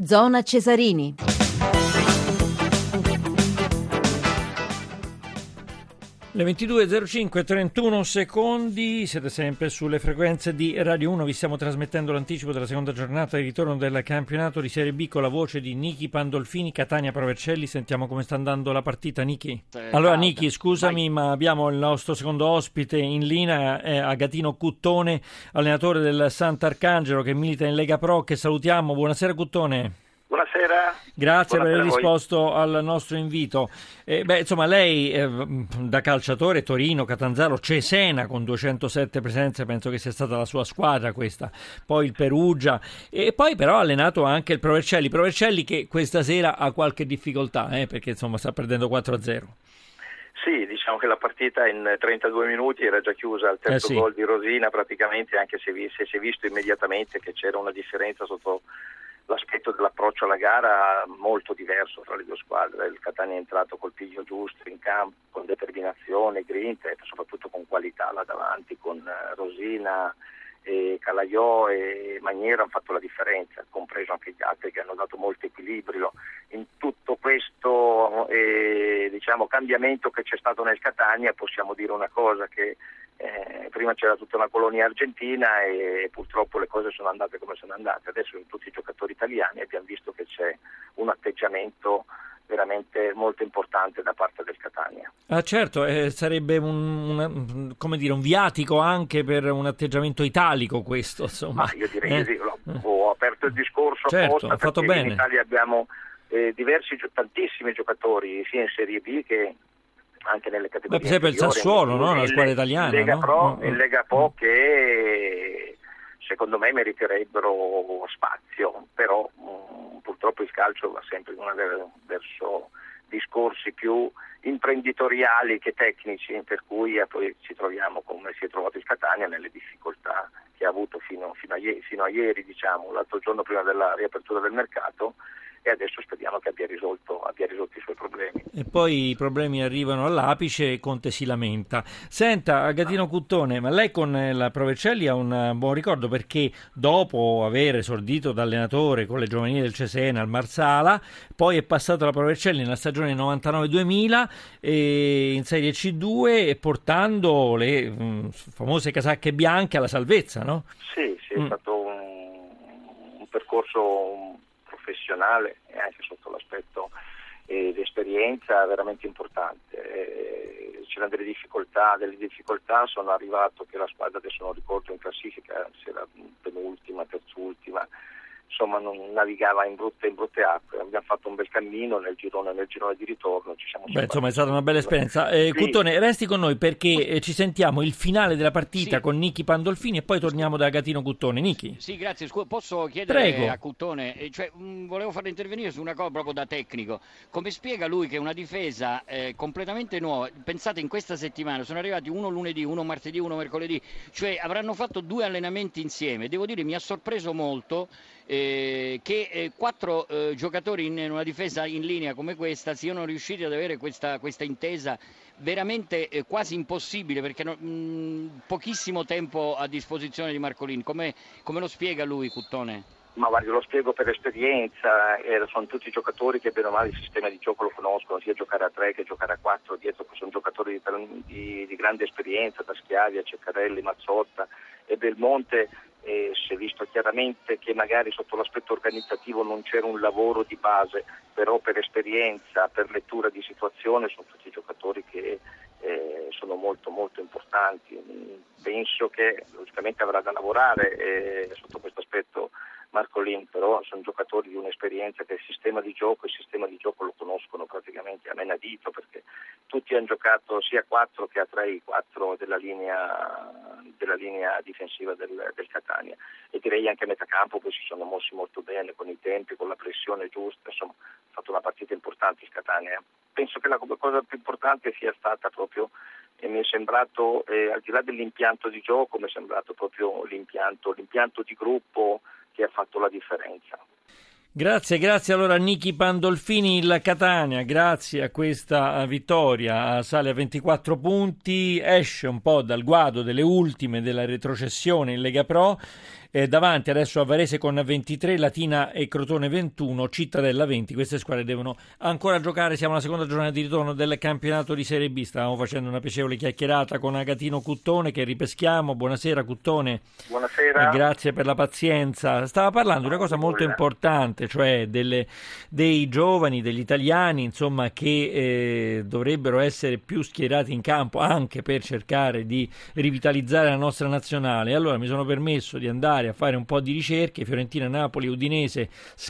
Zona Cesarini. Le 22.05, 31 secondi, siete sempre sulle frequenze di Radio 1, vi stiamo trasmettendo l'anticipo della seconda giornata di ritorno del campionato di Serie B con la voce di Nichi Pandolfini, Catania Provercelli. Sentiamo come sta andando la partita, Nichi. Allora Nichi, scusami, ma abbiamo il nostro secondo ospite in linea, Agatino Cuttone, allenatore del Sant'Arcangelo che milita in Lega Pro, che salutiamo. Buonasera Cuttone. Buonasera. Grazie per aver risposto al nostro invito. Insomma, lei da calciatore Torino, Catanzaro, Cesena con 207 presenze, penso che sia stata la sua squadra questa, poi il Perugia e poi però ha allenato anche il Provercelli che questa sera ha qualche difficoltà perché insomma sta perdendo 4-0. Sì, diciamo che la partita in 32 minuti era già chiusa al terzo gol di Rosina praticamente, anche se si è visto immediatamente che c'era una differenza sotto l'aspetto dell'approccio alla gara molto diverso tra le due squadre. Il Catania è entrato col piglio giusto in campo, con determinazione, grinta e soprattutto con qualità là davanti, con Rosina e Calaiò e Maniero hanno fatto la differenza, compreso anche gli altri che hanno dato molto equilibrio. In tutto questo cambiamento che c'è stato nel Catania possiamo dire una cosa, che prima c'era tutta una colonia argentina e purtroppo le cose sono andate come sono andate. Adesso in tutti i giocatori italiani abbiamo visto che c'è un atteggiamento veramente molto importante da parte del Catania. Certo, sarebbe un viatico anche per un atteggiamento italico questo, insomma. Io direi che ho aperto il discorso apposta, ha fatto perché bene. In Italia abbiamo tantissimi giocatori sia in Serie B che anche nelle categorie per esempio il Sassuolo, no? La squadra italiana, Lega Pro, in Lega Pro che secondo me meriterebbero spazio, però purtroppo il calcio va sempre verso discorsi più imprenditoriali che tecnici, per cui poi ci troviamo come si è trovato il Catania nelle difficoltà che ha avuto fino a ieri, l'altro giorno prima della riapertura del mercato, e adesso speriamo che abbia risolto i suoi problemi. E poi i problemi arrivano all'apice e Conte si lamenta. Senta, Agatino Cuttone, ma lei con la Provercelli ha un buon ricordo, perché dopo aver esordito da allenatore con le giovanili del Cesena al Marsala, poi è passato alla Provercelli nella stagione 99-2000 in Serie C2 e portando le famose casacche bianche alla salvezza, no? Sì, è stato un percorso professionale e anche sotto l'aspetto di esperienza veramente importante. C'erano delle difficoltà, sono arrivato che la squadra, adesso non ricordo in classifica se era penultima, terzultima, insomma non navigava in brutte acque. Abbiamo fatto un bel cammino nel girone di ritorno. Insomma è stata una bella esperienza. Sì. Cuttone, resti con noi perché ci sentiamo il finale della partita con Nichi Pandolfini e poi torniamo da Agatino Cuttone. Nichi? Sì, grazie. Posso chiedere Prego. a Cuttone, volevo farlo intervenire su una cosa proprio da tecnico. Come spiega lui che una difesa completamente nuova, pensate in questa settimana sono arrivati uno lunedì, uno martedì, uno mercoledì, cioè avranno fatto 2 allenamenti insieme. Devo dire, mi ha sorpreso molto che 4 giocatori in una difesa in linea come questa siano riusciti ad avere questa intesa veramente quasi impossibile, perché pochissimo tempo a disposizione di Marcolin. Come lo spiega lui, Cuttone? Ma guardi, lo spiego per esperienza, sono tutti giocatori che bene o male il sistema di gioco lo conoscono, sia giocare a 3 che giocare a 4, dietro sono giocatori di grande esperienza, da Schiavia, Ceccarelli, Mazzotta e Belmonte. Si è visto chiaramente che magari sotto l'aspetto organizzativo non c'era un lavoro di base, però per esperienza, per lettura di situazione sono tutti giocatori che sono molto molto importanti. Penso che logicamente avrà da lavorare sotto questo aspetto Marcolin, però sono giocatori di un'esperienza che il sistema di gioco lo conoscono praticamente a menadito, perché tutti hanno giocato sia a 4 che a 3, i 4 della linea difensiva del Catania, e direi anche a metà campo poi si sono mossi molto bene con i tempi, con la pressione giusta, insomma ha fatto una partita importante il Catania. Penso che la cosa più importante sia stata proprio, e mi è sembrato al di là dell'impianto di gioco, mi è sembrato proprio l'impianto di gruppo che ha fatto la differenza. Grazie allora a Nichi Pandolfini. Il Catania, grazie a questa vittoria, sale a 24 punti, esce un po' dal guado delle ultime della retrocessione in Lega Pro davanti adesso a Varese con 23, Latina e Crotone 21, Cittadella 20. Queste squadre devono ancora giocare. Siamo alla seconda giornata di ritorno del campionato di Serie B. Stavamo facendo una piacevole chiacchierata con Agatino Cuttone, che ripeschiamo. Buonasera Cuttone. Buonasera. Grazie per la pazienza. Stava parlando di una cosa molto importante, cioè dei giovani, degli italiani, insomma, che dovrebbero essere più schierati in campo anche per cercare di rivitalizzare la nostra nazionale. Allora mi sono permesso di andare a fare un po' di ricerche. Fiorentina, Napoli, Udinese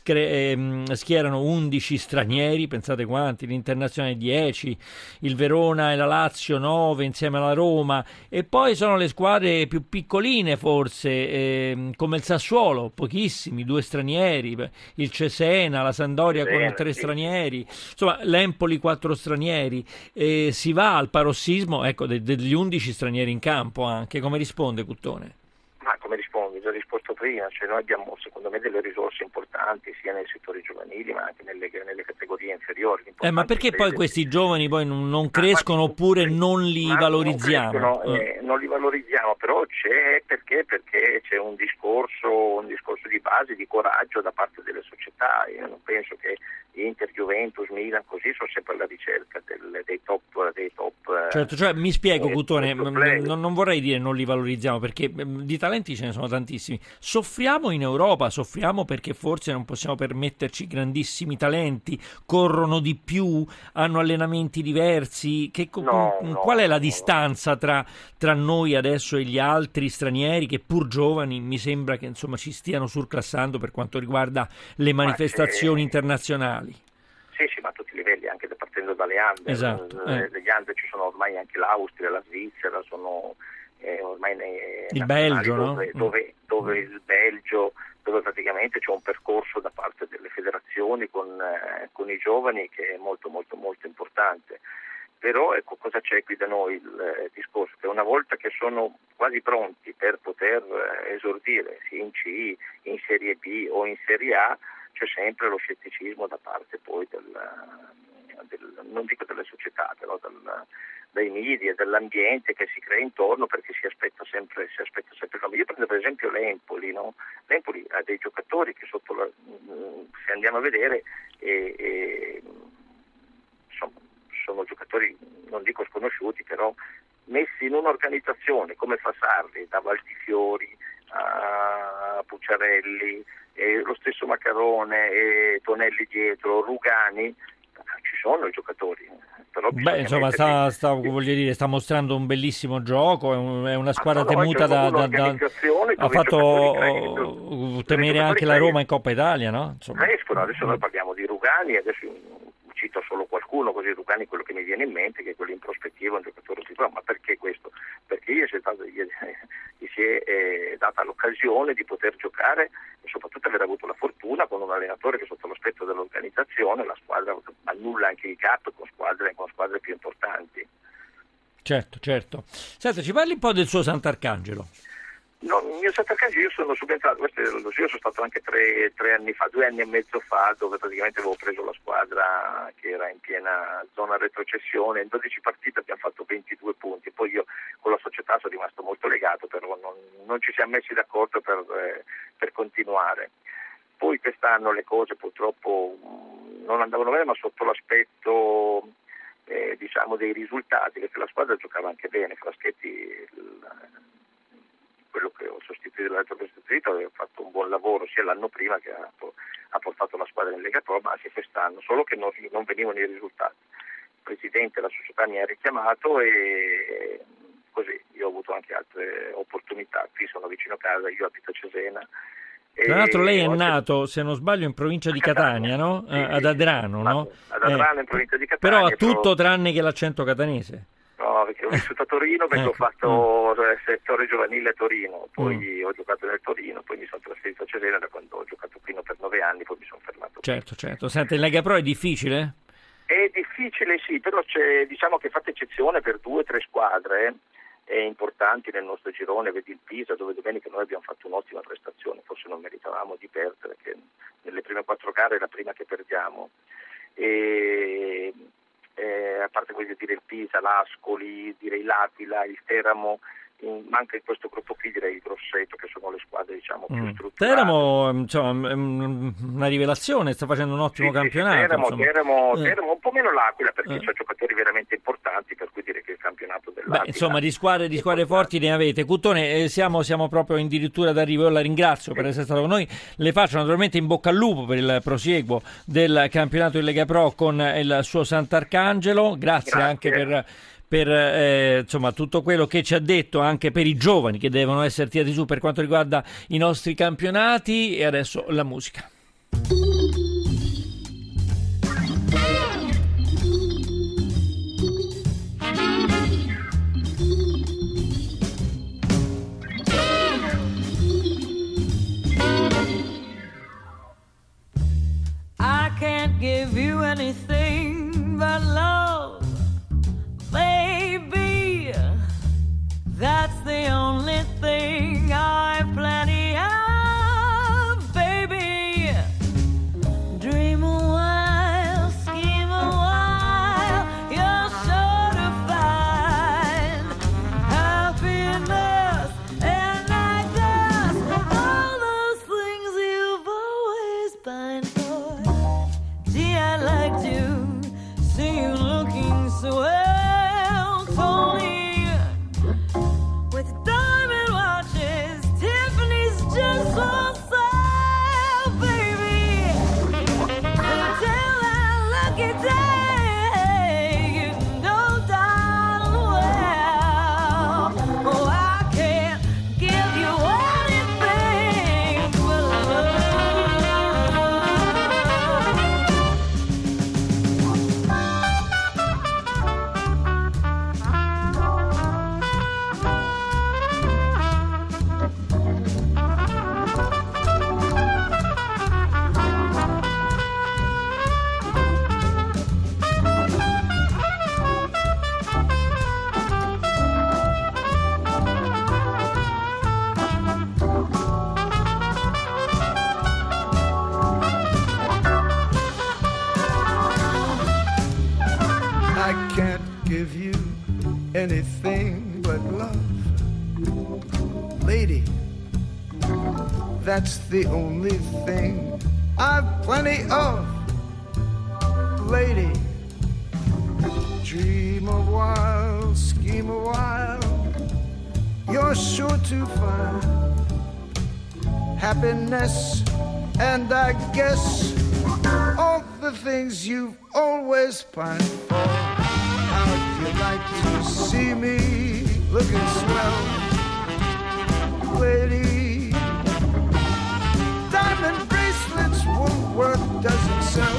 schierano 11 stranieri, pensate quanti, l'Internazionale 10, il Verona e la Lazio 9 insieme alla Roma, e poi sono le squadre più piccoline forse, come il Sassuolo, pochissimi, 2 stranieri, il Cesena, la Sampdoria con 3 stranieri, insomma l'Empoli 4 stranieri, si va al parossismo, ecco, degli 11 stranieri in campo anche. Come risponde Cuttone? Ma come rispondi? Già risposto prima, cioè noi abbiamo secondo me delle risorse importanti sia nei settori giovanili ma anche nelle categorie inferiori. Ma perché poi questi giovani poi non crescono oppure non li valorizziamo? Non li valorizziamo, però c'è perché c'è un discorso di base, di coraggio da parte delle società. Io non penso che Inter, Juventus, Milan così sono sempre alla ricerca dei top. Certo, cioè mi spiego Cuttone, non vorrei dire non li valorizziamo, perché di talenti ce ne sono tantissimi. Soffriamo in Europa, soffriamo perché forse non possiamo permetterci grandissimi talenti, corrono di più, hanno allenamenti diversi. Qual è la distanza tra noi adesso e gli altri stranieri che, pur giovani, mi sembra che insomma ci stiano surclassando per quanto riguarda le manifestazioni internazionali? Sì, ma a tutti i livelli, anche partendo dalle Ande. Esatto. Negli Ande ci sono ormai anche l'Austria, la Svizzera, sono ormai il Belgio, dove il Belgio, dove praticamente c'è un percorso da parte delle federazioni con i giovani che è molto molto molto importante. Però ecco, cosa c'è qui da noi? Il discorso che una volta che sono quasi pronti per poter esordire sia in C, in Serie B o in Serie A, c'è sempre lo scetticismo da parte poi non dico delle società, però dai media, dell'ambiente che si crea intorno, perché si aspetta sempre come. Io prendo per esempio l'Empoli, no? L'Empoli ha dei giocatori che se andiamo a vedere sono giocatori, non dico sconosciuti, però messi in un'organizzazione come fa Sarri, da Valdifiori a Pucciarelli, lo stesso Maccarone, Tonelli dietro, Rugani, ci sono i giocatori. Però insomma sta mostrando un bellissimo gioco, è una squadra temuta ha fatto temere anche la Roma in Coppa Italia, no? Adesso noi parliamo di Rugani, adesso cito solo qualcuno, così Rugani, quello che mi viene in mente, che è quello in prospettiva, un giocatore sicuro. Ma perché questo? Perché gli si è data l'occasione di poter giocare e soprattutto aver avuto la fortuna con un allenatore che sotto l'aspetto dell'organizzazione la squadra annulla anche i cap con squadre più importanti. Certo. Senta, ci parli un po' del suo Sant'Arcangelo. No, il mio Sant'Arcangelo, io sono subentrato, io sono stato anche 3 anni fa, 2 anni e mezzo fa, dove praticamente avevo preso la squadra che era in piena zona retrocessione. In 12 partite abbiamo fatto 22 punti, poi io con la società sono rimasto molto legato, però non ci siamo messi d'accordo per continuare. Poi quest'anno le cose purtroppo non andavano bene, ma sotto l'aspetto dei risultati, perché la squadra giocava anche bene. Fraschetti, quello che ho sostituito, aveva fatto un buon lavoro sia l'anno prima che ha portato la squadra in Lega Pro, ma anche quest'anno, solo che non venivano i risultati. Il presidente della società mi ha richiamato e così io ho avuto anche altre opportunità. Qui sono vicino a casa, io abito a Cesena. Tra l'altro lei è nato, se non sbaglio, in provincia di Catania, no? Sì, ad Adrano, no? Ad Adrano, in provincia di Catania. Però ha tutto tranne che l'accento catanese. No, perché ho vissuto a Torino, perché ho fatto settore giovanile a Torino, poi ho giocato nel Torino, poi mi sono trasferito a Cesena da quando ho giocato qui per 9 anni, poi mi sono fermato. Certo. Senta, in Lega Pro è difficile? È difficile, sì, però diciamo che fate eccezione per 2 o 3 squadre importanti nel nostro girone. Vedi il Pisa, dove domenica noi abbiamo fatto un'ottima prestazione, forse non meritavamo di perdere, perché nelle prime 4 gare è la prima che perdiamo. A parte quelli di dire il Pisa, l'Ascoli, direi l'Aquila, il Teramo, manca in questo gruppo qui direi il Grosseto, che sono le squadre diciamo più strutturate. Teramo, insomma, una rivelazione, sta facendo un ottimo campionato. Teramo un po' meno l'Aquila perché c'è giocatori veramente importanti, per cui dire che il campionato dell'Aquila... insomma, di squadre forti ne avete. Cuttone, siamo proprio addirittura d'arrivo. Io la ringrazio per essere stato con noi, le faccio naturalmente in bocca al lupo per il prosieguo del campionato in Lega Pro con il suo Sant'Arcangelo. Grazie anche per insomma tutto quello che ci ha detto, anche per i giovani che devono essere tirati su per quanto riguarda i nostri campionati. E adesso la musica. I can't give you anything but love, baby. That's the only thing I've plenty of, baby. Dream a while, scheme a while, you're sure to find happiness and I guess all those things you've always pined for. Gee, I'd like to see you looking swell, Tony, with diamond watches, Tiffany's just for sale, baby. Until that lucky day, you know darn well, oh, I can't give you anything but love. I can't give you anything but love, lady. That's the only thing I've plenty of, lady. Dream a while, scheme a while, you're sure to find happiness and I guess all the things you've always pined for. How'd you like to see me looking swell, lady? Diamond bracelets won't work, doesn't sell.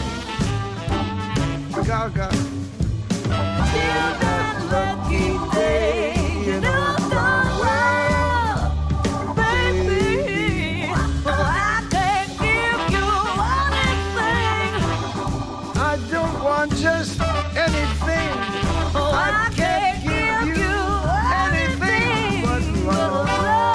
Gaga. Till that lucky day, you know darn well, baby, oh, I can't give you anything. I don't want just anything. Oh, I can't give you anything but love.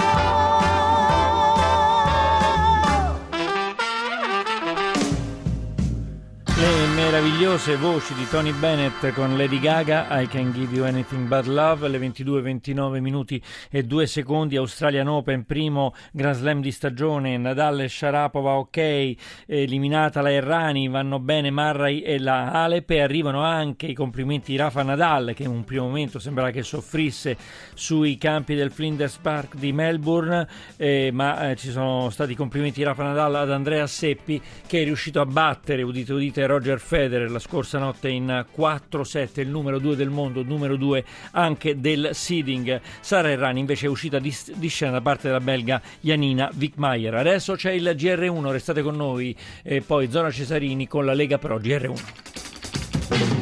Le meravigliose voci di Tony Bennett con Lady Gaga, I Can Give You Anything But Love, alle 22:29 minuti e 2 secondi, Australian Open, primo Grand Slam di stagione, Nadal e Sharapova ok, eliminata la Errani, vanno bene Murray e la Halep, e arrivano anche i complimenti di Rafa Nadal, che in un primo momento sembrava che soffrisse sui campi del Flinders Park di Melbourne, ma ci sono stati complimenti di Rafa Nadal ad Andrea Seppi, che è riuscito a battere, udite udite, Roger Federer la scorsa notte in 4-7, il numero 2 del mondo, numero 2 anche del seeding. Sara Errani invece è uscita di scena da parte della belga Janina Wickmayer. Adesso c'è il GR1, restate con noi, e poi Zona Cesarini con la Lega Pro. GR1.